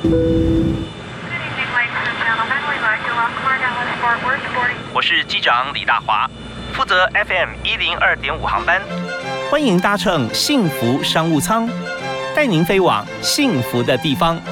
我是机长李大华，负责 FM102.5航班，欢迎搭乘幸福商务舱，带您飞往幸福的地方。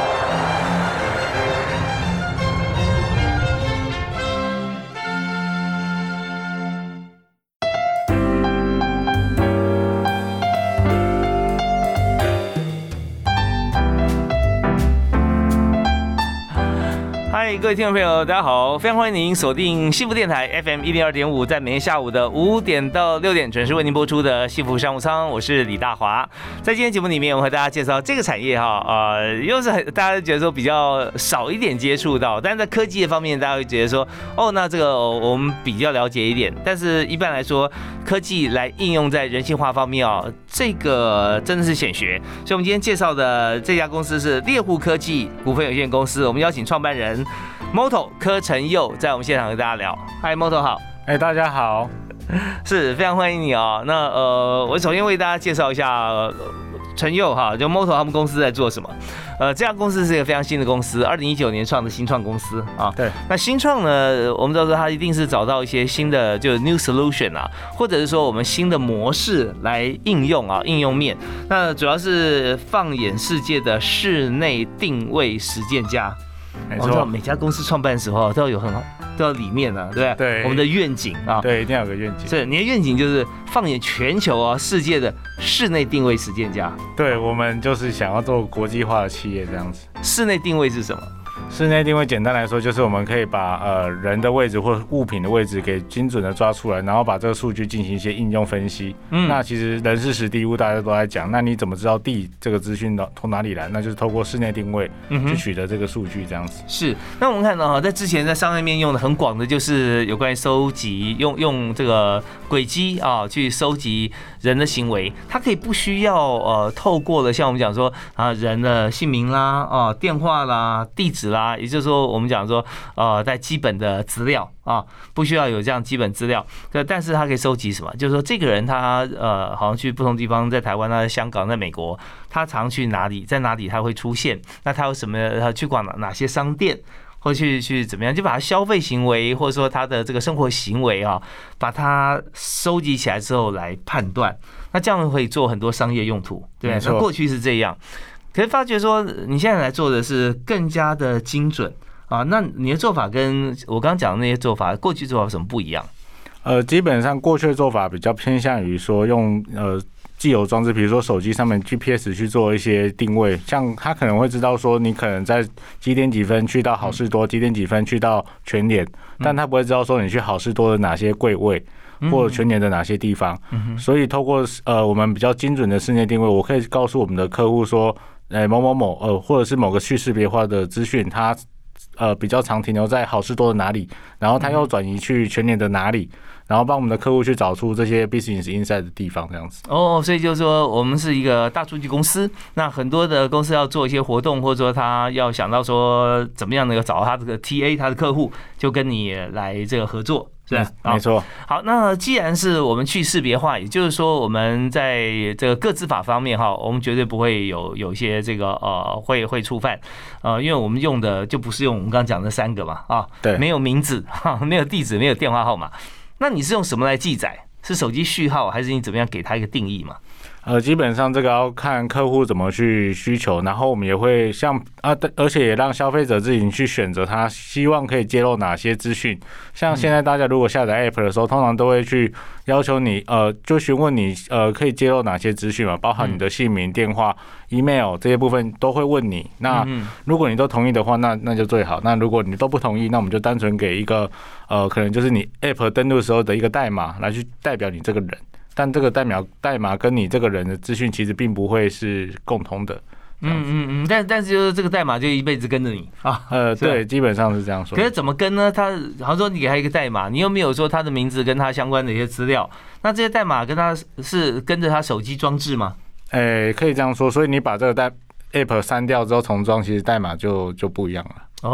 嗨，各位听众朋友，大家好，非常欢迎您锁定幸福电台 FM102.5，在每天下午的5点到6点准时为您播出的幸福商务舱，我是李大华。在今天节目里面，我和大家介绍这个产业哈，又是大家觉得说比较少一点接触到，但是在科技的方面，大家会觉得说，哦，那这个我们比较了解一点。但是一般来说，科技来应用在人性化方面哦，这个真的是显学。所以我们今天介绍的这家公司是猎户科技股份有限公司，我们邀请创办人Moto 柯成佑在我们现场跟大家聊。嗨 ，Moto 好。 大家好， 是非常欢迎你哦。那我首先为大家介绍一下成佑哈，就 Moto 他们公司在做什么。这家公司是一个非常新的公司，2019年创的新创公司啊。 对。那新创呢，我们知道说它一定是找到一些新的就是 new solution 啊，或者是说我们新的模式来应用啊，应用面。那主要是放眼世界的室内定位实践家。 没错， 每家公司创办的时候都要有都要理念啊，对不对？ 对， 我们的愿景啊， 对，一定要有个愿景。 是，你的愿景就是放眼全球啊，世界的室内定位实践家。 对，我们就是想要做国际化的企业这样子。 室内定位是什么？ 室内定位简单来说，就是我们可以把人的位置或物品的位置给精准的抓出来，然后把这个数据进行一些应用分析。那其实人是实地物，大家都在讲。那你怎么知道地这个资讯从哪里来？那就是透过室内定位去取得这个数据，这样子。 是。那我们看到哈，在之前在商业面用的很广的，就是有关于收集用这个轨迹啊去收集人的行为，它可以不需要透过了像我们讲说啊人的姓名啦、电话啦、地址啦，也就是说我们讲说在基本的资料啊，不需要有这样基本资料，但是它可以收集什么？就是说这个人他好像去不同地方，在台湾、在香港、在美国，他常去哪里，在哪里他会出现？那他有什么？他去逛哪些商店？或去怎么样，就把他消费行为或者说他的这个生活行为啊，把它收集起来之后来判断，那这样会做很多商业用途，对不对？那过去是这样，可是发觉说你现在来做的是更加的精准啊，那你的做法跟我刚刚讲的那些做法，过去做法有什么不一样？ 基本上过去的做法比较偏向于说用既有装置，比如说手机上面 GPS 去做一些定位，像他可能会知道说你可能在几点几分去到好事多，几点几分去到全联，但他不会知道说你去好事多的哪些柜位，或者全联的哪些地方。所以透过我们比较精准的室内定位，我可以告诉我们的客户说，某某某或者是某个去识别化的资讯，它比较常停留在好事多的哪里，然后他又转移去全联的哪里。然后帮我们的客户去找出这些 business insight 的地方，这样子。 所以就是说，我们是一个大数据公司，那很多的公司要做一些活动，或者说他要想到说怎么样能够找到他这个 TA 他的客户，就跟你来这个合作。是吧？ 没错。 好，那既然是我们去识别化，也就是说我们在这个个资法方面哈，我们绝对不会有一些这个会触犯，因为我们用的就不是用我们刚刚讲的3个嘛啊， 对， 没有名字哈，没有地址，没有电话号码。那你是用什么来记载？是手机序号，还是你怎么样给他一个定义嘛？ 基本上这个要看客户怎么去需求，然后我们也会而且也让消费者自己去选择他希望可以揭露哪些资讯。像现在大家如果下载 App 的时候，通常都会去要求你就询问你可以揭露哪些资讯嘛，包含你的姓名、电话、email 这些部分都会问你。那如果你都同意的话，那就最好。那如果你都不同意，那我们就单纯给一个可能就是你 App 登录的时候的一个代码来去代表你这个人。但这个代码跟你这个人的资讯其实并不会是共通的。 但是就是这个代码就一辈子跟着你啊。 对，基本上是这样说。 可是怎么跟呢？他好像说你给他一个代码，你又没有说他的名字跟他相关的一些资料，那这些代码跟他是跟着他手机装置吗？ 可以这样说。所以你把这个App 删掉之后重装，其实代码就不一样了。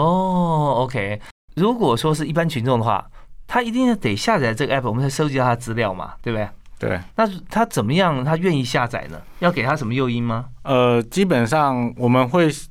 OK。如果说是一般群众的话，他一定得下载这个 App， 我们才收集到他的资料嘛，对不对？ 对， 那他怎么样？他愿意下载呢？要给他什么诱因吗？ 基本上我们会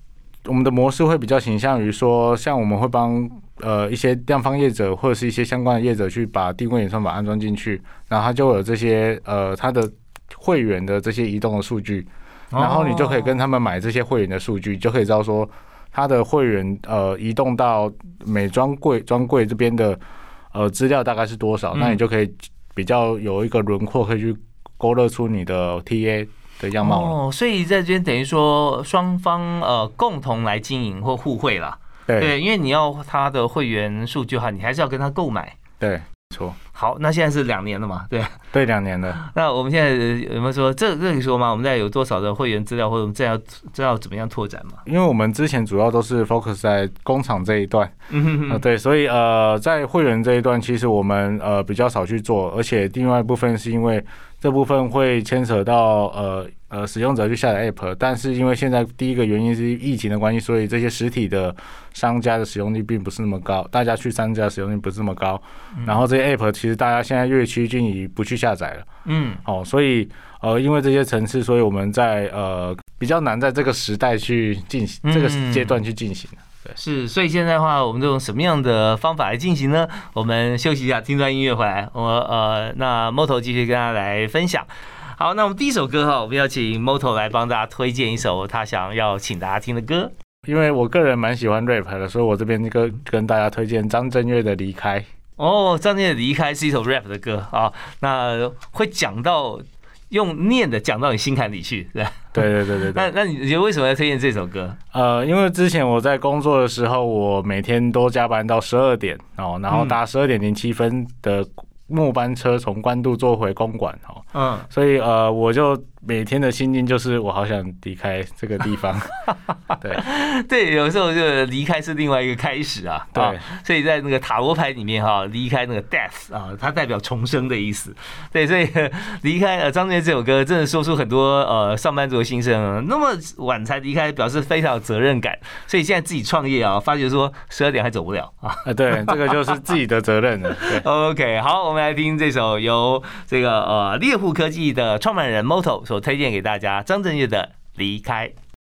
我们的模式会比较倾向于说，像我们会帮一些量贩业者或者是一些相关的业者去把定位演算法安装进去，然后它就会有这些它的会员的这些移动的数据，然后你就可以跟他们买这些会员的数据，就可以知道说他的会员移动到美专柜这边的资料大概是多少，那你就可以比较有一个轮廓可以去勾勒出你的 TA 的样貌所以在这边等于说双方共同来经营或互惠啦。对，因为你要他的会员数据哈，你还是要跟他购买。 对，没错。 好，那现在是2年了嘛？对 ，2年了。 那我们现在有没有说这可以说吗？我们现在有多少的会员资料，或者我们这要怎么样拓展嘛？ 因为我们之前主要都是 focus 在工厂这一段，对，所以在会员这一段，其实我们比较少去做，而且另外一部分是因为这部分会牵扯到使用者去下载 App， 但是因为现在第一个原因是疫情的关系，所以这些实体的商家的使用率并不是那么高，大家去商家使用率不是那么高，然后这些 App 其实大家现在越趋近于不去下载了，所以因为这些层次，所以我们在比较难在这个时代去进行这个阶段去进行。对， 是，所以现在的话，我们用什么样的方法来进行呢？我们休息一下，听段音乐回来，那 Moto 继续跟大家来分享。好，那我们第一首歌哈，我们要请 Moto 来帮大家推荐一首他想要请大家听的歌。 因为我个人蛮喜欢 rap 的，所以我这边跟大家推荐张震岳的《离开》。 张震岳的《离开》是一首 rap 的歌啊，那会讲到用念的讲到你心坎里去，对。那你觉得为什么要推荐这首歌？ 因为之前我在工作的时候，我每天都加班到12点然后搭12:07的末班车从关渡坐回公馆所以我就每天的心境就是我好想离开这个地方。 对，有时候就离开是另外一个开始啊。对，所以在那个塔罗牌里面离开那个 death 它代表重生的意思。对，所以离开张震岳这首歌真的说出很多上班族的心声。那么晚才离开，表示非常有责任感。所以现在自己创业发觉说12点还走不了对，这个就是自己的责任了。 OK， 好，我们来听这首由这个猎户科技的创办人 Moto 所推荐给大家张震岳的《离开》。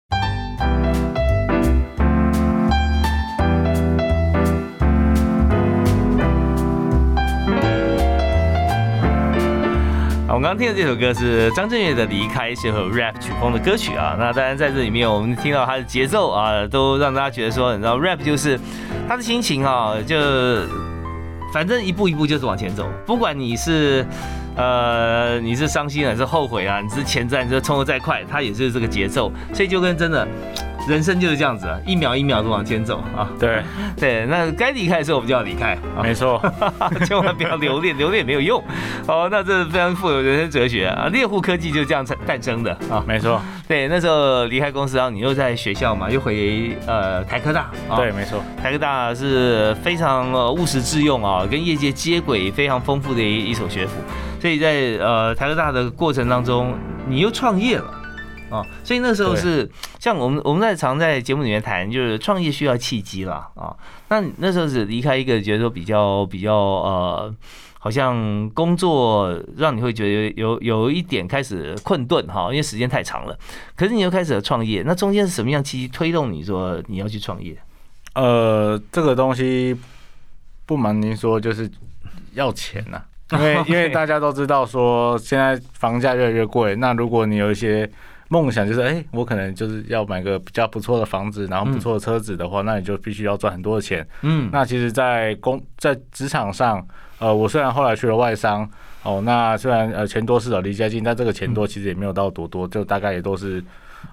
我们刚刚听的这首歌是张震岳的《离开》，是有 rap 曲风的歌曲啊。那当然在这里面，我们听到它的节奏都让大家觉得说，你知道 rap 就是他的心情就反正一步一步就是往前走，不管你是伤心还是后悔你是前瞻，你是冲得再快，它也是这个节奏，所以就跟真的人生就是这样子一秒一秒的往前走对，那该离开的时候我们就要离开没错， 千万不要留恋，留恋没有用。那这非常富有人生哲学猎户科技就这样诞生的没错。 对，那时候离开公司，然后你又在学校嘛，又回台科大对，没错。 台科大是非常务实致用跟业界接轨非常丰富的一所学府，所以在台科大的过程当中，你又创业了所以那时候是像我们常在节目里面谈，就是创业需要契机啦那你那时候是离开一个觉得说比较好像工作让你会觉得有一点开始困顿因为时间太长了，可是你又开始了创业，那中间是什么样契机推动你说你要去创业？ 这个东西不瞒您说，就是要钱因为大家都知道说现在房价越来越贵，那如果你有一些梦想就是我可能就是要买个比较不错的房子，然后不错的车子的话，那你就必须要赚很多的钱。那其实在职场上，我虽然后来去了外商，那虽然钱多事少离家近，但这个钱多其实也没有到多多，就大概也都是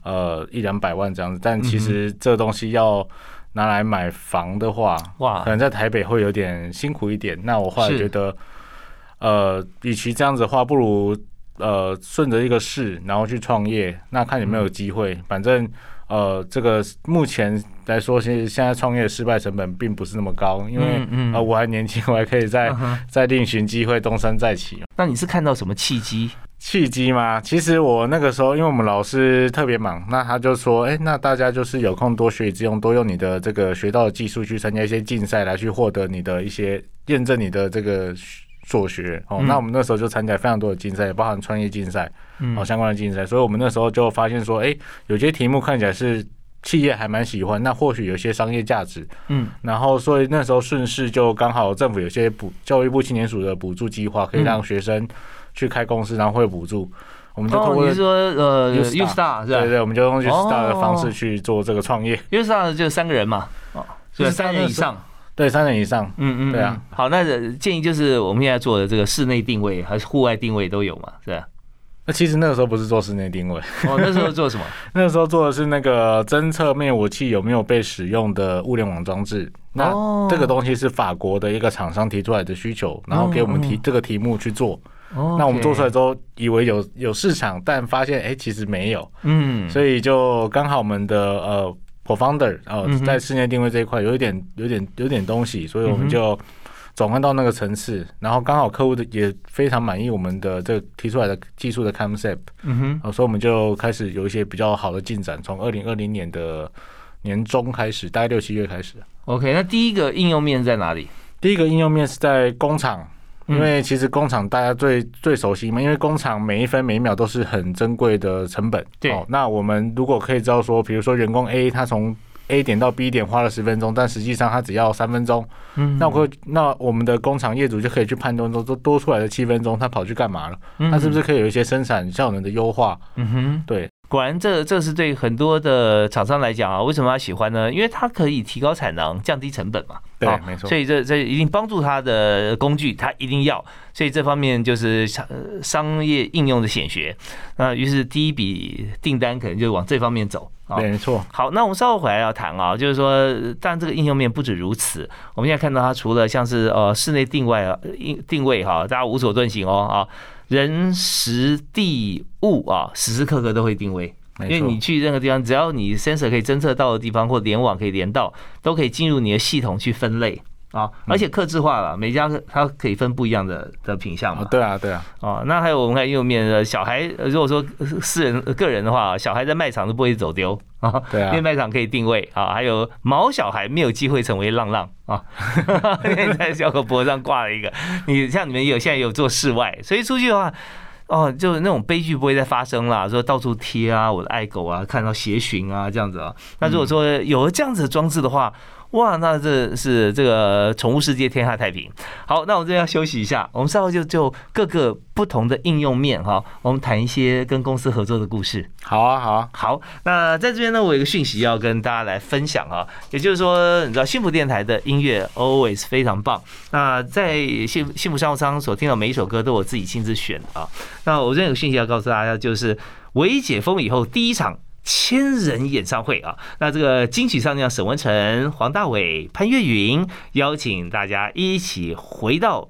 100-200万这样子。但其实这个东西要拿来买房的话，可能在台北会有点辛苦一点。那我后来觉得，与其这样子的话，不如顺着一个势，然后去创业，那看有没有机会。反正这个目前来说，其实现在创业的失败成本并不是那么高，因为我还年轻，我还可以再另寻机会，东山再起。 那你是看到什么契机吗？其实我那个时候，因为我们老师特别忙，那他就说，那大家就是有空多学以致用，多用你的这个学到的技术去参加一些竞赛，来去获得你的一些验证你的这个所学那我们那时候就参加非常多的竞赛，包含创业竞赛相关的竞赛，所以我们那时候就发现说，有些题目看起来是企业还蛮喜欢，那或许有些商业价值，然后所以那时候顺势就刚好政府有些教育部青年署的补助计划，可以让学生去开公司，然后会有补助，我们就透过你说U-Star 是吧？ 对，我们就用 U-Star 的方式去做这个创业。 U-Star 就3个人嘛，是3人以上。对 ，3人以上，对啊。 好，那建议就是我们现在做的这个室内定位还是户外定位都有嘛，是吧？ 那其实那个时候不是做室内定位， 那时候做什么？ 那个时候做的是那个侦测灭火器有没有被使用的物联网装置。那这个东西是法国的一个厂商提出来的需求，然后给我们这个题目去做。那我们做出来之后，以为有市场，但发现其实没有。所以就刚好我们的co-founder 在室内定位这一块有点东西，所以我们就转换到那个层次，然后刚好客户也非常满意我们的这个提出来的技术的 concept，所以我们就开始有一些比较好的进展，从2020年的年中开始，大概6、7月开始。 OK， 那第一个应用面在哪里？ 第一个应用面是在工厂，因为其实工厂大家最熟悉嘛，因为工厂每一分每一秒都是很珍贵的成本。 对， 那我们如果可以知道说，比如说员工 A 他从A 点到 B 点花了10分钟，但实际上他只要3分钟。那我们的工厂业主就可以去判断说，多出来的7分钟他跑去干嘛了？他是不是可以有一些生产效能的优化？对。 果然这是对很多的厂商来讲啊，为什么他喜欢呢？因为它可以提高产能、降低成本嘛。 对，没错。 所以这一定帮助他的工具，他一定要。所以这方面就是商业应用的显学。那于是第一笔订单可能就往这方面走。 对，没错。 好，那我们稍后回来要谈啊，就是说，当然这个应用面不止如此。我们现在看到它除了像是室内定位哈，大家无所遁形人时地物时时刻刻都会定位，因为你去任何地方，只要你 sensor 可以侦测到的地方，或联网可以连到，都可以进入你的系统去分类而且客制化了，每家它可以分不一样的品项嘛。 对啊。 那还有我们看应用面，小孩如果说个人的话，小孩在卖场都不会走丢对啊， 因为卖场可以定位还有毛小孩没有机会成为浪浪因为在小狗脖子上挂了一个。你像你们现在有做室外，所以出去的话。就那种悲剧不会再发生啦，说到处贴我的爱狗看到协寻这样子那如果说有了这样子的装置的话，哇，那这是这个宠物世界天下太平。好，那我们这要休息一下，我们稍后就各个不同的应用面我们谈一些跟公司合作的故事。 好啊。 好，那在这边呢，我有一个讯息要跟大家来分享也就是说，你知道幸福电台的音乐 always 非常棒。那在幸福商务舱所听到每一首歌都我自己亲自选的那我这边有个讯息要告诉大家，就是微解封以后第一场1000人演唱会那这个金曲上将沈文程、黄大炜、潘越云邀请大家一起回到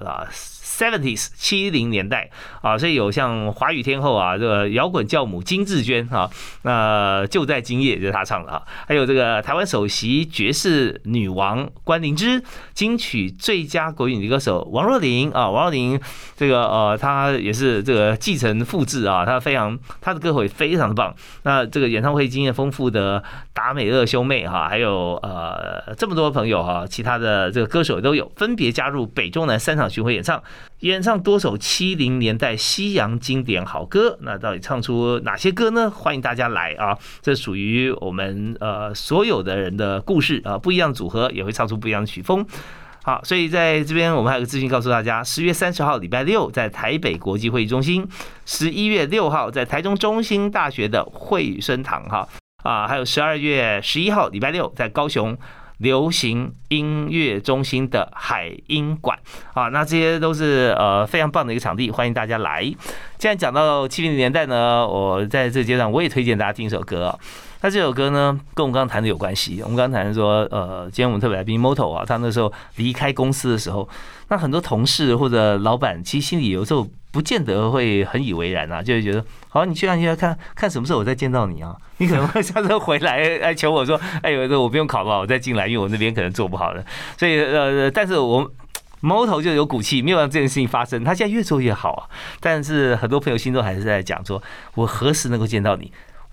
70s 70年代所以有像华语天后这个摇滚教母金智娟那就在今夜就是她唱的还有这个台湾首席爵士女王关灵芝，金曲最佳国语女歌手王若琳王若琳这个她也是这个继承复制她的歌喉也非常的棒。那这个演唱会经验丰富的达美乐兄妹还有这么多朋友其他的这个歌手都有分别加入北中南3场巡回演唱多首70年代西洋经典好歌。那到底唱出哪些歌呢？欢迎大家来这属于我们所有的人的故事不一样的组合也会唱出不一样的曲风。好，所以在这边我们还有个资讯告诉大家，10月30号礼拜六在台北国际会议中心，11月6号在台中中兴大学的惠生堂还有12月11号礼拜六在高雄流行音乐中心的海音馆那这些都是非常棒的一个场地，欢迎大家来。既然讲到70年代呢，我在这个阶段我也推荐大家听一首歌那这首歌呢跟我们刚刚谈的有关系。我们刚刚谈说今天我们特别来宾 Moto 他那时候离开公司的时候，那很多同事或者老板其实心里有时候不见得会很以为然就会觉得好，你去看什么时候我再见到你你可能会下次回来求我说我不用考了，我再进来，因为我那边可能做不好了。所以但是我Moto 就有骨气，没有让这件事情发生。他现在越做越好但是很多朋友心中还是在讲说，我何时能够见到你？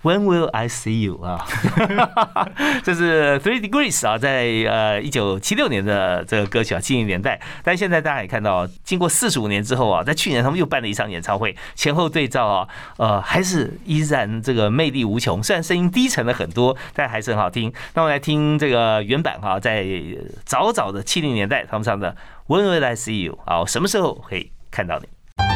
When will I see you 啊？这是 Three Degrees 啊，在1976年的这个歌曲啊，70年代。但现在大家也看到，经过45年之后啊，在去年他们又办了一场演唱会，前后对照啊，还是依然这个魅力无穷。虽然声音低沉了很多，但还是很好听。那我们来听这个原版哈，在早早的70年代他们唱的 When will I see you 啊，什么时候可以看到你？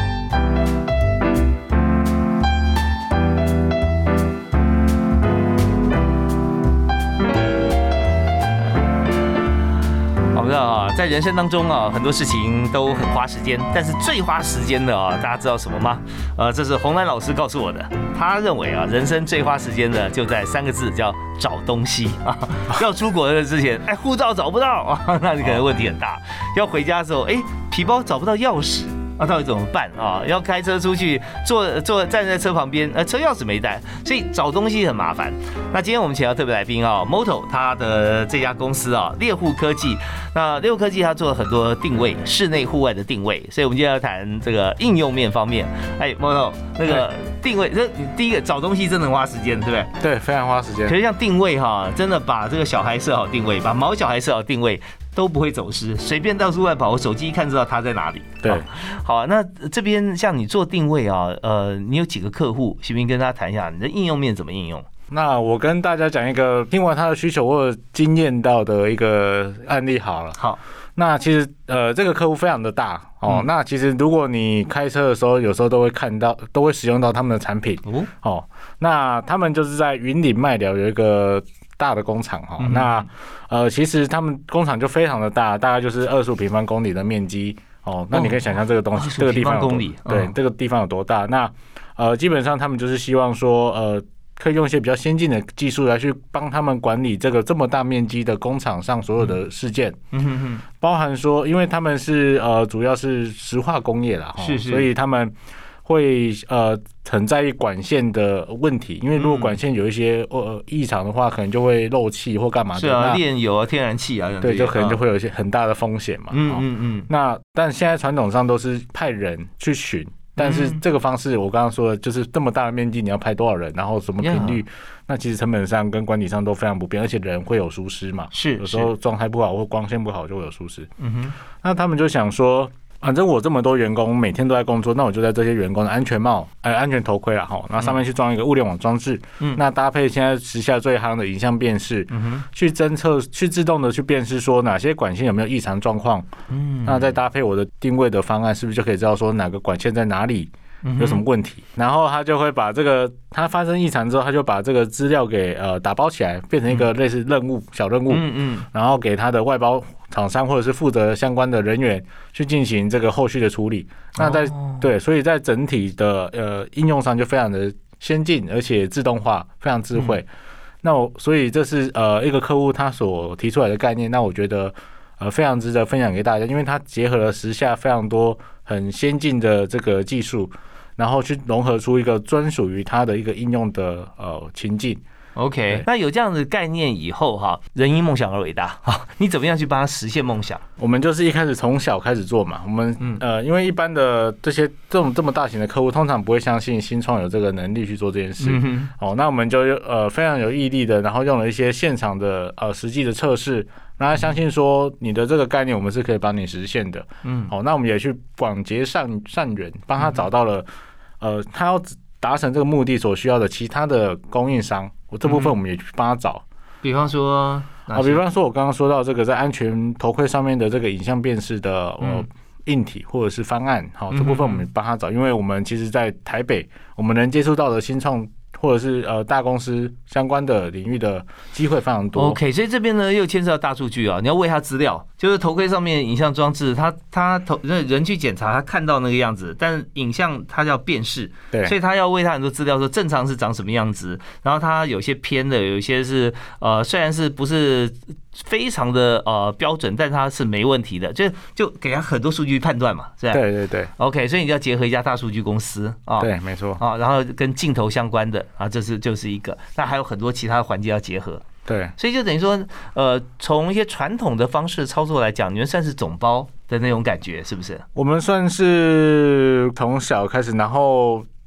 我们知道啊，在人生当中啊，很多事情都很花时间，但是最花时间的啊，大家知道什么吗？这是洪兰老师告诉我的。他认为啊，人生最花时间的就在3个字，叫找东西啊。要出国的之前，护照找不到啊，那你可能问题很大。要回家的时候，皮包找不到钥匙。到底怎么办啊？要开车出去，站在车旁边，车钥匙没带，所以找东西很麻烦。那今天我们请到特别来宾啊 ，Moto 他的这家公司啊，猎户科技。那猎户科技它做了很多定位，室内户外的定位，所以我们今天要谈这个应用面方面。Moto 那个定位，第一个找东西真的花时间，对不对？ 对，非常花时间。 可是像定位哈，真的把这个小孩设好定位，把毛小孩设好定位。都不会走失，随便到处外跑，我手机一看知道他在哪里。 对， 好啊，那这边像你做定位啊，你有几个客户，行不行？跟大家谈一下你的应用面怎么应用？ 那我跟大家讲一个听完他的需求我有经验到的一个案例好了。 好， 那其实这个客户非常的大哦。那其实如果你开车的时候，有时候都会看到，都会使用到他们的产品哦。那他们就是在云林麦寮有一个大的工厂哈。那其实他们工厂就非常的大，大概就是25平方公里的面积哦。那你可以想象这个东西，这个地方有多对，这个地方有多大？那基本上他们就是希望说可以用一些比较先进的技术来去帮他们管理这么大面积的工厂上所有的事件，包含说，因为他们是主要是石化工业啦，所以他们会很在意管线的问题，因为如果管线有一些异常的话，可能就会漏气或干嘛的。 是啊，炼油啊、天然气啊， 对，就可能就会有一些很大的风险嘛。那但现在传统上都是派人去巡。但是这个方式，我刚刚说的，就是这么大的面积，你要派多少人，然后什么频率，那其实成本上跟管理上都非常不便，而且人会有疏失嘛。是，有时候状态不好或光线不好就会有疏失。那他们就想说，反正我这么多员工每天都在工作，那我就在这些员工的安全帽、安全头盔啦，那上面去装一个物联网装置，那搭配现在时下最夯的影像辨识，去侦测、去自动的去辨识说哪些管线有没有异常状况，那再搭配我的定位的方案，是不是就可以知道说哪个管线在哪里有什么问题？然后他就会把这个，他发生异常之后，他就把这个资料给打包起来，变成一个类似任务小任务，然后给他的外包厂商或者是负责相关的人员去进行这个后续的处理。那对，所以在整体的应用上就非常的先进，而且自动化，非常智慧。那所以这是一个客户他所提出来的概念，那我觉得非常值得分享给大家，因为它结合了时下非常多很先进的这个技术，然后去融合出一个专属于它的一个应用的情境。 OK， 那有这样的概念以后哈，人因梦想而伟大哈，你怎么样去帮他实现梦想？ 我们就是一开始从小开始做嘛，我们因为一般的这么大型的客户，通常不会相信新创有这个能力去做这件事。那我们就非常有毅力的，然后用了一些现场的实际的测试，让他相信说你的这个概念我们是可以帮你实现的。那我们也去广结善缘，帮他找到了他要达成这个目的所需要的其他的供应商。这部分我们也去帮他找， 比方说我刚刚说到这个在安全头盔上面的这个影像辨识的硬体或者是方案，这部分我们帮他找，因为我们其实在台北，我们能接触到的新创或者是大公司相关的领域的机会非常多。 OK， 所以这边呢又牵涉到大数据啊，你要喂他资料，就是头盔上面影像装置，他人去检查，他看到那个样子，但影像他要辨识，对，所以他要喂他很多资料，说正常是长什么样子，然后他有些偏的，有些是虽然是不是非常的标准，但它是没问题的，就给他很多数据判断嘛，是吧？ 对对对。 OK， 所以你要结合一家大数据公司啊， 对，没错啊，然后跟镜头相关的啊，就是一个，那还有很多其他的环节要结合。 对， 所以就等于说，从一些传统的方式操作来讲，你们算是总包的那种感觉，是不是？ 我们算是从小开始，然后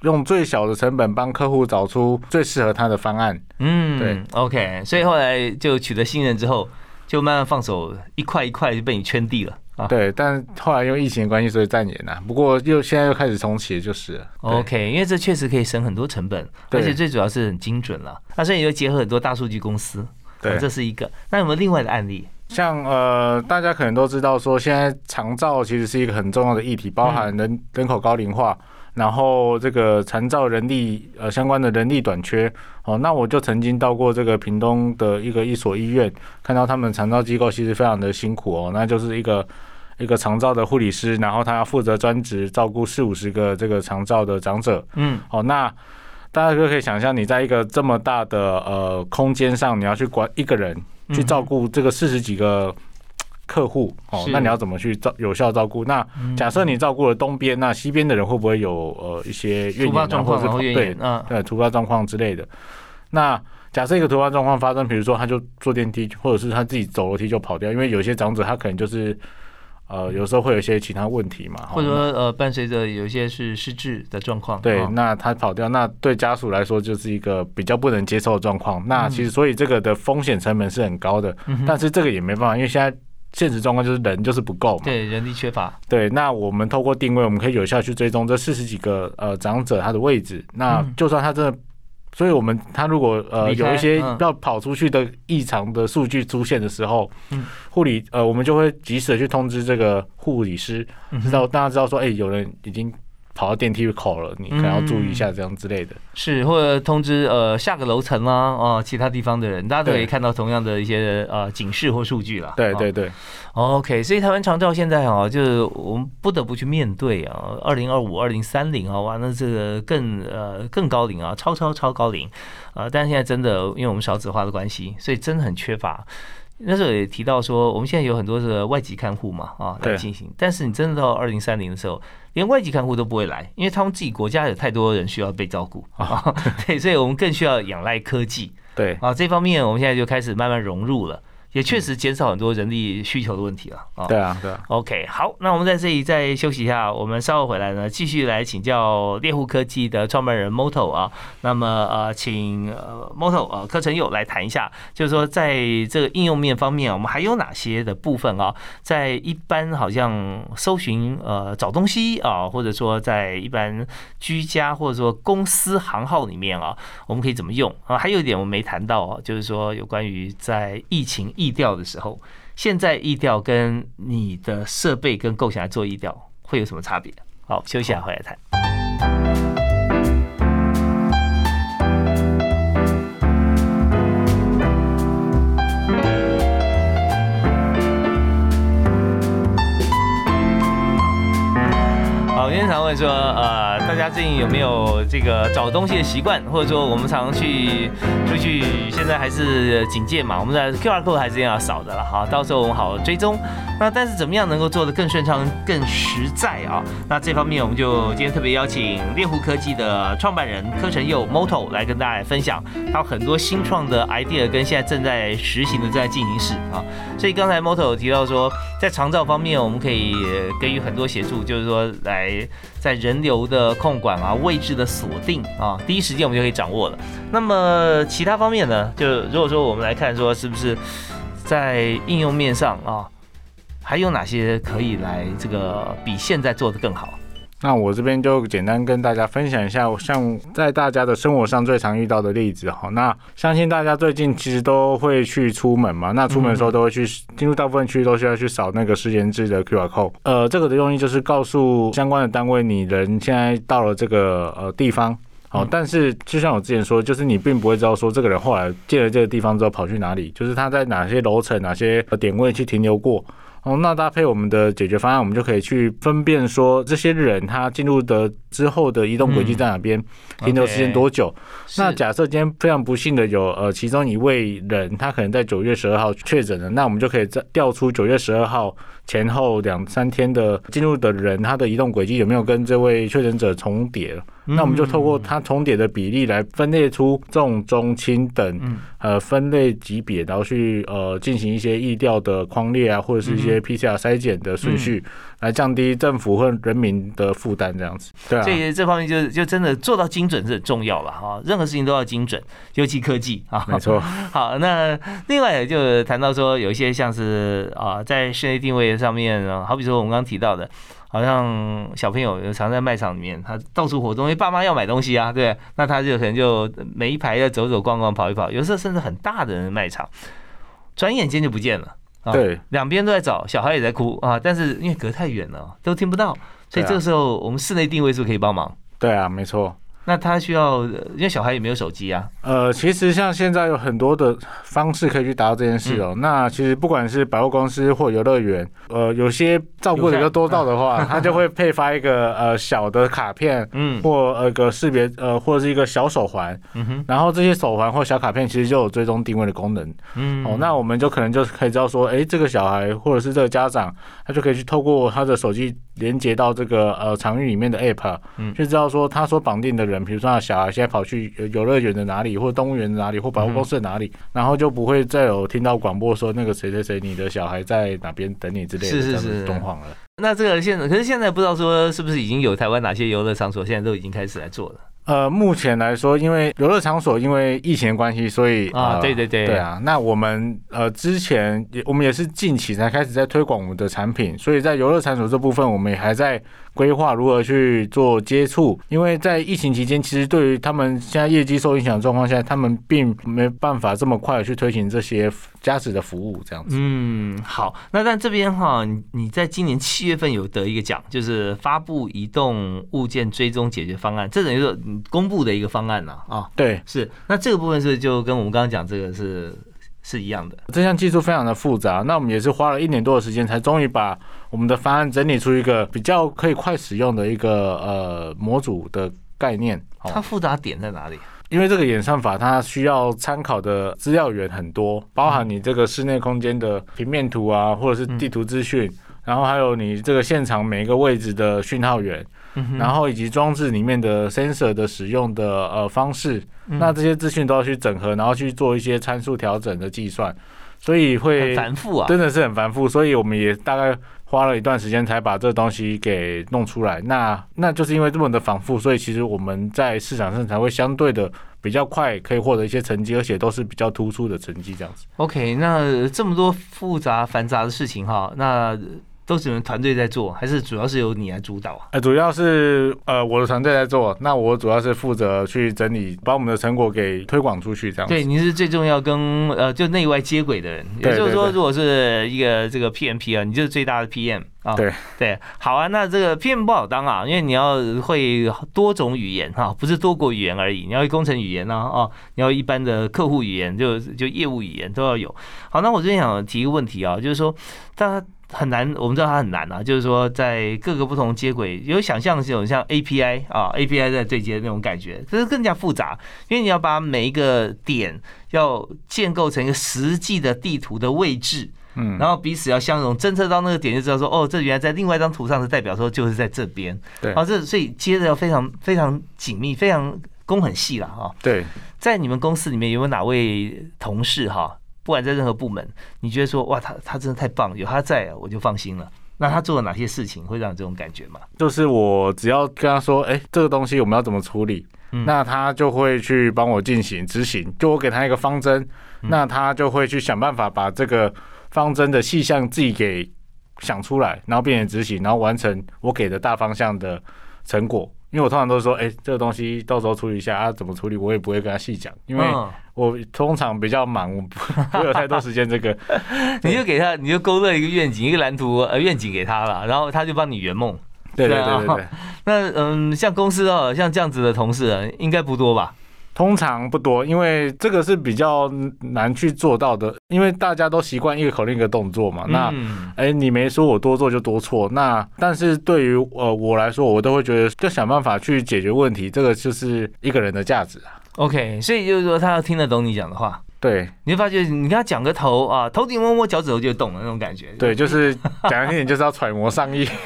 用最小的成本帮客户找出最适合他的方案。对 ，OK， 所以后来就取得信任之后，就慢慢放手，一块一块就被你圈地了。 对，但后来因为疫情的关系，所以暂延了。不过现在又开始重启了，就是了。 OK， 因为这确实可以省很多成本，而且最主要是很精准了。那所以你就结合很多大数据公司，对，这是一个。那有没有另外的案例？ 像大家可能都知道说，现在长照其实是一个很重要的议题，包含人口高龄化。然后这个长照人力相关的人力短缺那我就曾经到过这个屏东的一所医院，看到他们长照机构其实非常的辛苦那就是一个长照的护理师，然后他要负责专职照顾40-50个这个长照的长者。那大家就可以想象，你在一个这么大的空间上，你要去管一个人去照顾这个40几个客户那你要怎么去有效照顾？那假设你照顾了东边，那西边的人会不会有一些怨言或者是突发状况之类的？那假设一个突发状况发生，比如说他就坐电梯，或者是他自己走楼梯就跑掉，因为有些长者他可能就是有时候会有一些其他问题嘛， 或者说伴随着有一些是失智的状况。 对，那他跑掉，那对家属来说就是一个比较不能接受的状况。那其实所以这个的风险成本是很高的，但是这个也没办法，因为现在现实状况就是人就是不够嘛， 对，人力缺乏。 对，那我们透过定位，我们可以有效去追踪这40几个长者他的位置。那就算他真的，所以他如果有一些要跑出去的异常的数据出现的时候，我们就会及时的去通知这个护理师，让大家知道说，有人已经跑到电梯口了，你可能要注意一下，这样之类的。 是，或者通知下个楼层啦，其他地方的人，大家都可以看到同样的一些警示或数据啦。 对对对。 OK， 所以台湾长照现在就是我们不得不去面对2025、2030哇，那这个更高龄超高龄但是现在真的因为我们少子化的关系，所以真的很缺乏。那时候也提到说，我们现在有很多的外籍看护嘛来进行，但是你真的到2030的时候，连外籍看护都不会来，因为他们自己国家有太多人需要被照顾对，所以我们更需要仰赖科技。 对这方面我们现在就开始慢慢融入了。也确实减少很多人力需求的问题了对啊。 OK， 好，那我们在这里再休息一下，我们稍后回来呢，继续来请教猎户科技的创办人 Moto 那么请Moto柯成佑来谈一下，就是说在这个应用面方面我们还有哪些的部分在一般好像搜寻找东西或者说在一般居家或者说公司行号里面我们可以怎么用还有一点我们没谈到就是说有关于在疫情疫调的时候，现在疫调跟你的设备跟构想来做疫调会有什么差别？好，休息一下回来谈。好，今天常问说，大家最近有没有这个找东西的习惯，或者说我们常出去，现在还是警戒嘛，我们的 QR code 还是要扫的了哈，到时候我们好追踪。那但是怎么样能够做得更顺畅、更实在那这方面我们就今天特别邀请猎户科技的创办人柯成佑 Moto 来跟大家来分享他有很多新创的 idea 跟现在正在实行的正在进行式所以刚才 Moto 有提到说，在长照方面我们可以给予很多协助，就是说来在人流的控管位置的锁定第一时间我们就可以掌握了。那么其他方面呢，就如果说我们来看说是不是在应用面上还有哪些可以来这个比现在做得更好？ 那我这边就简单跟大家分享一下，像在大家的生活上最常遇到的例子那相信大家最近其实都会去出门嘛，那出门的时候都会去进入大部分区域都需要去扫那个实联制的 QR code。这个的用意就是告诉相关的单位，你人现在到了这个地方。但是就像我之前说，就是你并不会知道说这个人后来进了这个地方之后跑去哪里，就是他在哪些楼层、哪些点位去停留过。那搭配我们的解决方案，我们就可以去分辨说这些人他进入的之后的移动轨迹在哪边，停留时间多久。那假设今天非常不幸的有其中一位人他可能在9月12号确诊了，那我们就可以调出9月12号前后2-3天的进入的人，他的移动轨迹有没有跟这位确诊者重叠了。那我们就透过它重叠的比例来分类出重、中、轻等分类级别，然后去进行一些疫调的框列或者是一些些 PCR 筛检的顺序，来降低政府或人民的负担，这样子。对啊， 所以这方面就真的做到精准是很重要了哈，任何事情都要精准，尤其科技啊。 没错。 好，那另外就谈到说有一些像是在室内定位上面，好比说我们刚刚提到的。好像小朋友常在卖场里面，他到处活动，因为爸妈要买东西啊，对，那他就可能就每一排要走走逛逛跑一跑，有时候甚至很大的卖场，转眼间就不见了。 对， 两边都在找，小孩也在哭啊，但是因为隔太远了，都听不到，所以这个时候我们室内定位是不是可以帮忙？ 对啊，没错。 那他需要，因为小孩也没有手机啊。 其实像现在有很多的方式可以去达到这件事哦。那其实不管是百货公司或游乐园，有些照顾的比较多到的话，他就会配发一个小的卡片，或一个识别或者是一个小手环，然后这些手环或小卡片其实就有追踪定位的功能，那我们就可能就可以知道说，这个小孩或者是这个家长，他就可以去透过他的手机连接到这个场域里面的 app，就知道说他所绑定的人。比如说，他小孩现在跑去游乐园的哪里，或者动物园的哪里，或百货公司的哪里，然后就不会再有听到广播说那个谁谁谁，你的小孩在哪边等你之类的这样的状况了。 那这个可是现在不知道说是不是已经有台湾哪些游乐场所现在都已经开始来做了。 目前来说，因为游乐场所因为疫情的关系，所以对啊。那我们之前我们也是近期才开始在推广我们的产品，所以在游乐场所这部分，我们也还在规划如何去做接触。因为在疫情期间，其实对于他们现在业绩受影响的状况下，他们并没办法这么快的去推行这些加值的服务，这样子。 好，那但这边哈，你在今年7月份有得一个奖，就是发布移动物件追踪解决方案，这等于说公布的一个方案了啊。 对， 是。那这个部分是就跟我们刚刚讲这个是一样的。 这项技术非常的复杂，那我们也是花了1年多的时间，才终于把我们的方案整理出一个比较可以快使用的一个模组的概念。 它复杂点在哪里？ 因为这个演算法它需要参考的资料源很多，包含你这个室内空间的平面图啊，或者是地图资讯，然后还有你这个现场每一个位置的讯号源，然后以及装置里面的 sensor 的使用的方式，那这些资讯都要去整合，然后去做一些参数调整的计算，所以会很繁复啊， 真的是很繁复，所以我们也大概花了一段时间才把这个东西给弄出来。那就是因为这么的繁复，所以其实我们在市场上才会相对的比较快可以获得一些成绩，而且都是比较突出的成绩这样子。 OK， 那这么多复杂繁杂的事情哈，那都是你们团队在做，还是主要是由你来主导啊？ 主要是我的团队在做，那我主要是负责去整理，把我们的成果给推广出去，这样子。 对，你是最重要跟就内外接轨的人，也就是说，如果是一个这个 PMP 啊，你就是最大的 PM 啊。对，好啊，那这个 PM 不好当啊，因为你要会多种语言哈，不是多国语言而已，你要会工程语言啊，你要一般的客户语言，就业务语言都要有。好，那我这边想提一个问题啊，就是说大家很难，我们知道它很难啊，就是说在各个不同接轨，有想象这种像 API 啊 ，API 在对接的那种感觉，可是更加复杂，因为你要把每一个点要建构成一个实际的地图的位置，然后彼此要相容，侦测到那个点就知道说，哦，这原来在另外一张图上是代表说就是在这边， 对， 所以接的要非常非常紧密，非常工很细了哈。 对， 在你们公司里面有没有哪位同事哈？不管在任何部门，你觉得说哇，他真的太棒，有他在我就放心了。那他做了哪些事情会让你这种感觉吗？ 就是我只要跟他说，这个东西我们要怎么处理，那他就会去帮我进行执行。就我给他一个方针，那他就会去想办法把这个方针的细项自己给想出来，然后变成执行，然后完成我给的大方向的成果。因为我通常都是说，这个东西到时候处理一下啊，怎么处理我也不会跟他细讲，因为我通常比较忙，我不会有太多时间这个。 你就给他，你就勾勒一个愿景，一个蓝图愿景给他了，然后他就帮你圆梦。 对。 那像公司像这样子的同事应该不多吧？ 通常不多，因为这个是比较难去做到的，因为大家都习惯一个口令一个动作嘛。那你没说我多做就多错，那但是对于我来说，我都会觉得就想办法去解决问题，这个就是一个人的价值啊。 OK， 所以就是说他要听得懂你讲的话。 对， 你会发觉你跟他讲个头啊，头顶摸摸脚趾头就动了那种感觉。 对，就是讲一点就是要揣摩上意。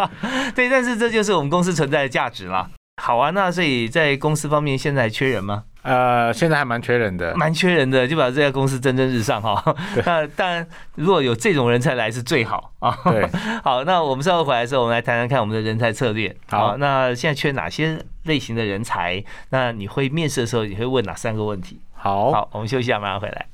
对，但是这就是我们公司存在的价值啦。好啊，那所以在公司方面现在缺人吗？ 现在还蛮缺人的， 蛮缺人的，就把这家公司蒸蒸日上哈。那当然，如果有这种人才来是最好啊。 对， 好，那我们稍后回来的时候，我们来谈谈看我们的人才策略。 好， 那现在缺哪些类型的人才？那你会面试的时候，你会问哪3个问题？好，我们休息一下，马上回来。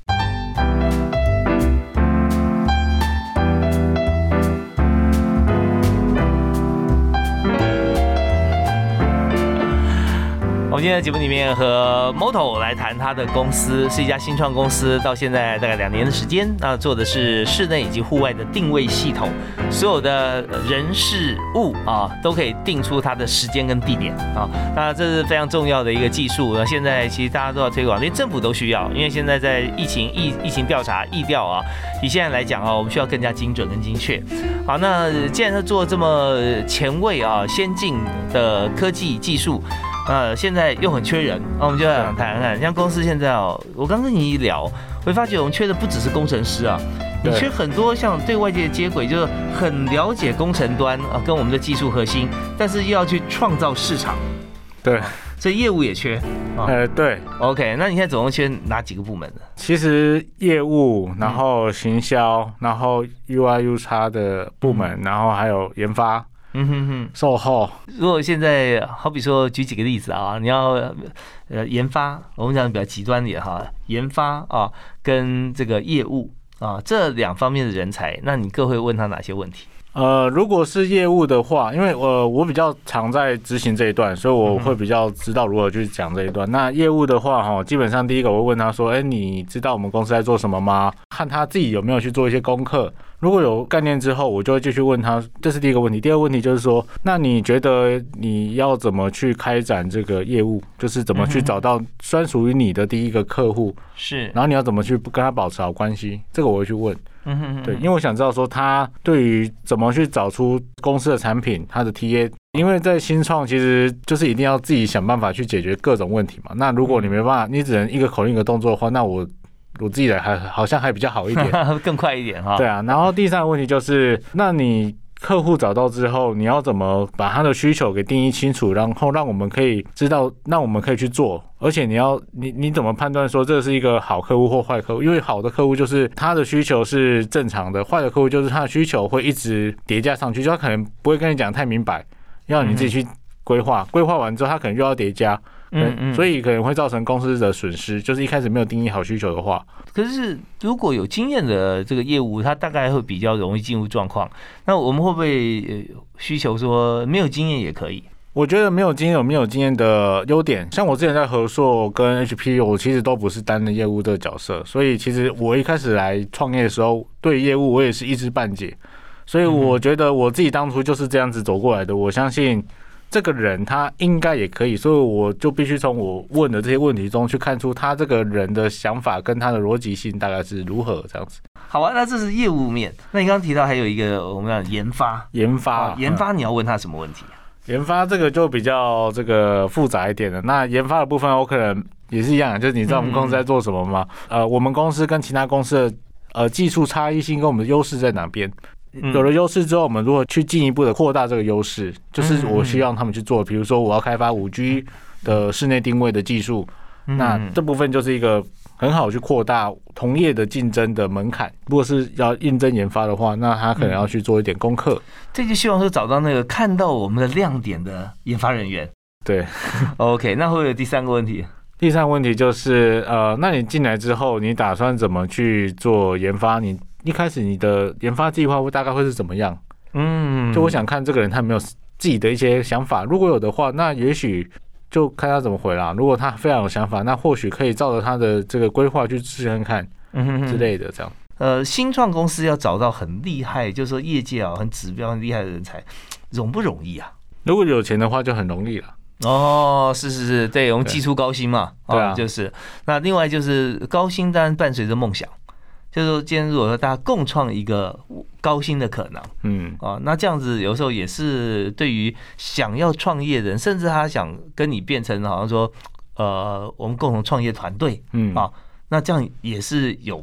我们今天的节目里面和 Moto 来谈他的公司，是一家新创公司，到现在大概2年的时间，那做的是室内以及户外的定位系统，所有的人事物啊都可以定出它的时间跟地点啊，那这是非常重要的一个技术。现在其实大家都要推广，连政府都需要，因为现在在疫情调查疫调啊，以现在来讲啊，我们需要更加精准跟精确。好，那既然是做这么前卫啊先进的科技技术。现在又很缺人，那我们就来谈谈，像公司现在我刚跟你一聊，会发觉我们缺的不只是工程师啊，你缺很多像对外界的接轨，就是很了解工程端跟我们的技术核心，但是又要去创造市场， 对， 所以业务也缺。 对 ，OK， 那你现在总共缺哪几个部门呢？ 其实业务，然后行销，然后 UI/UX 的部门，然后还有研发。售后。 如果现在好比说举几个例子啊，你要研发，我们讲比较极端点哈，研发啊跟这个业务啊这2方面的人才，那你各会问他哪些问题？ 如果是业务的话，因为我比较常在执行这一段，所以我会比较知道如何去讲这一段。那业务的话，基本上第一个我会问他说：“你知道我们公司在做什么吗？”看他自己有没有去做一些功课。如果有概念之后，我就会继续问他，这是第一个问题。第二个问题就是说，那你觉得你要怎么去开展这个业务？就是怎么去找到专属于你的第一个客户？是，然后你要怎么去跟他保持好关系？这个我会去问。对，因为我想知道说他对于怎么去找出公司的产品，他的 TA， 因为在新创其实就是一定要自己想办法去解决各种问题嘛。那如果你没办法，你只能一个口令一个动作的话，那我自己来好像还比较好一点， 更快一点哈。 对啊，然后第3个问题就是，那你客户找到之后，你要怎么把他的需求给定义清楚，然后让我们可以知道，让我们可以去做。而且你怎么判断说这是一个好客户或坏客户？因为好的客户就是他的需求是正常的，坏的客户就是他的需求会一直叠加上去，就他可能不会跟你讲太明白，要你自己去规划，规划完之后他可能又要叠加。所以可能会造成公司的损失，就是一开始没有定义好需求的话。 可是如果有经验的这个业务，他大概会比较容易进入状况。那我们会不会需求说没有经验也可以？ 我觉得没有经验有没有经验的优点，像我之前在和硕跟 HP， 我其实都不是担任业务这个角色，所以其实我一开始来创业的时候，对业务我也是一知半解，所以我觉得我自己当初就是这样子走过来的。我相信这个人他应该也可以，所以我就必须从我问的这些问题中去看出他这个人的想法跟他的逻辑性大概是如何这样子。 好啊，那这是业务面。那你刚刚提到还有一个我们讲研发，研发你要问他什么问题？ 研发这个就比较这个复杂一点的。那研发的部分我可能也是一样，就是你知道我们公司在做什么吗？我们公司跟其他公司的技术差异性跟我们的优势在哪边？有了优势之后，我们如何去进一步的扩大这个优势？就是我需要他们去做，比如说我要开发5G 的室内定位的技术，那这部分就是一个很好去扩大同业的竞争的门槛。如果是要应征研发的话，那他可能要去做一点功课。 这就希望说找到那个看到我们的亮点的研发人员。 对 ，OK， 那会不会有第3个问题？ 第3个问题就是那你进来之后，你打算怎么去做研发？你一开始你的研发计划大概会是怎么样？就我想看这个人他有没有自己的一些想法，如果有的话，那也许就看他怎么回啦。如果他非常有想法，那或许可以照着他的这个规划去试看看之类的这样。 新创公司要找到很厉害，就是说业界很指标很厉害的人才，容不容易啊？ 如果有钱的话就很容易了。 是，对，我们技术高薪嘛， 对啊， 就是那另外就是高薪当然伴随着梦想。就是说，今天如果说大家共创一个高薪的可能，那这样子有时候也是对于想要创业的人，甚至他想跟你变成好像说，我们共同创业团队，那这样也是有吧？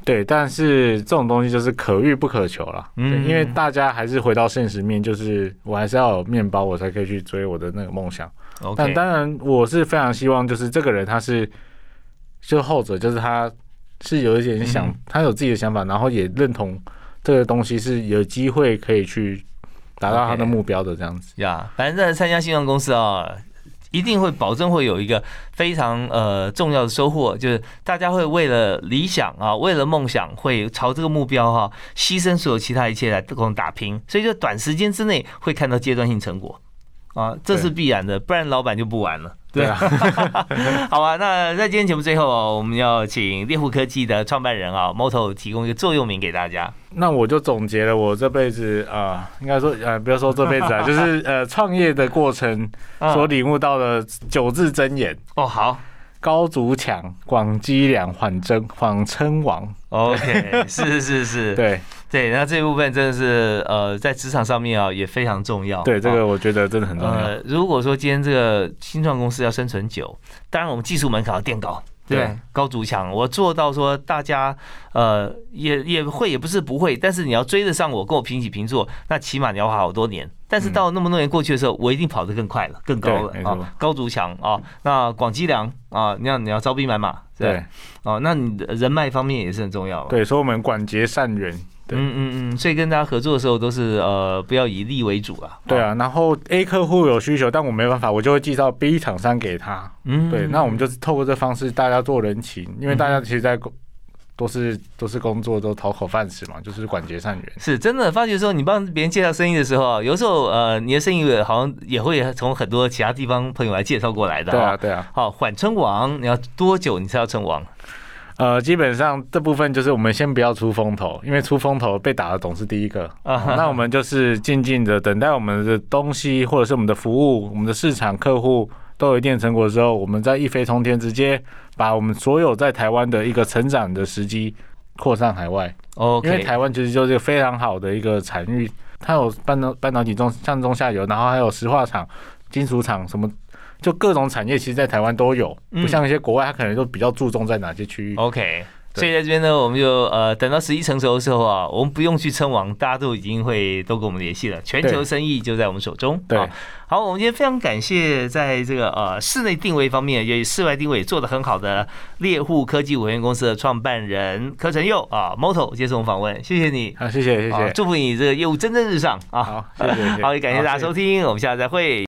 对，但是这种东西就是可遇不可求啦。因为大家还是回到现实面，就是我还是要有面包，我才可以去追我的那个梦想。但当然，我是非常希望，就是这个人他是，就后者，就是他是有一点他有自己的想法，然后也认同这个东西是有机会可以去达到他的目标的这样子。 反正在参加新创公司啊，一定会保证会有一个非常重要的收获，就是大家会为了理想啊，为了梦想，会朝这个目标哈，牺牲所有其他一切来共同打拼，所以就短时间之内会看到阶段性成果啊，这是必然的，不然老板就不玩了。对啊，好啊，那在今天节目最后，我们要请猎户科技的创办人啊 Moto 提供一个座右铭给大家。 那我就总结了我这辈子应该说不要说这辈子啊，就是创业的过程所领悟到的9字真言。 好。 高筑墙，广积粮，缓称王。 OK， 是，对，那这部分真的是在职场上面啊也非常重要。 对，这个我觉得真的很重要。 如果说今天这个新创公司要生存久，当然我们技术门槛要垫高。对，高筑墙，我做到说大家也会，也不是不会，但是你要追得上我，跟我平起平坐，那起码你要花好多年。但是到那么多年过去的时候，我一定跑得更快了，更高了啊！高筑墙啊，那广积粮啊，你要招兵买马，对那你的人脉方面也是很重要。 对，所以我们广结善缘。 所以跟大家合作的时候都是不要以利为主啊。 对啊，然后 A 客户有需求，但我没办法，我就会介绍 B 厂商给他。对，那我们就是透过这方式大家做人情，因为大家其实在都是工作，都讨口饭吃嘛，就是广结善缘。是真的，发觉说你帮别人介绍生意的时候，有时候你的生意好像也会从很多其他地方朋友来介绍过来的。 对啊。 好，缓称王，你要多久你才要称王？ 基本上这部分就是我们先不要出风头，因为出风头被打的总是第一个。那我们就是静静的等待我们的东西，或者是我们的服务、我们的市场客户都有一定的成果之后，我们再一飞冲天，直接把我们所有在台湾的一个成长的时机扩散海外。因为台湾其实就是一个非常好的一个产域，它有半导体上中下游，然后还有石化厂、金属厂什么。就各种产业，其实在台湾都有，不像一些国外，它可能就比较注重在哪些区域。 OK， 所以在这边呢，我们就等到时机成熟的时候啊，我们不用去称王，大家都已经会都跟我们联系了，全球生意就在我们手中。 对， 好，我们今天非常感谢在这个室内定位方面，也室外定位做得很好的猎户科技有限公司的创办人柯成佑Moto 接受我们访问，谢谢你。 好，谢谢， 祝福你这个业务蒸蒸日上啊！ 好，谢谢， 好，也感谢大家收听，我们下次再会。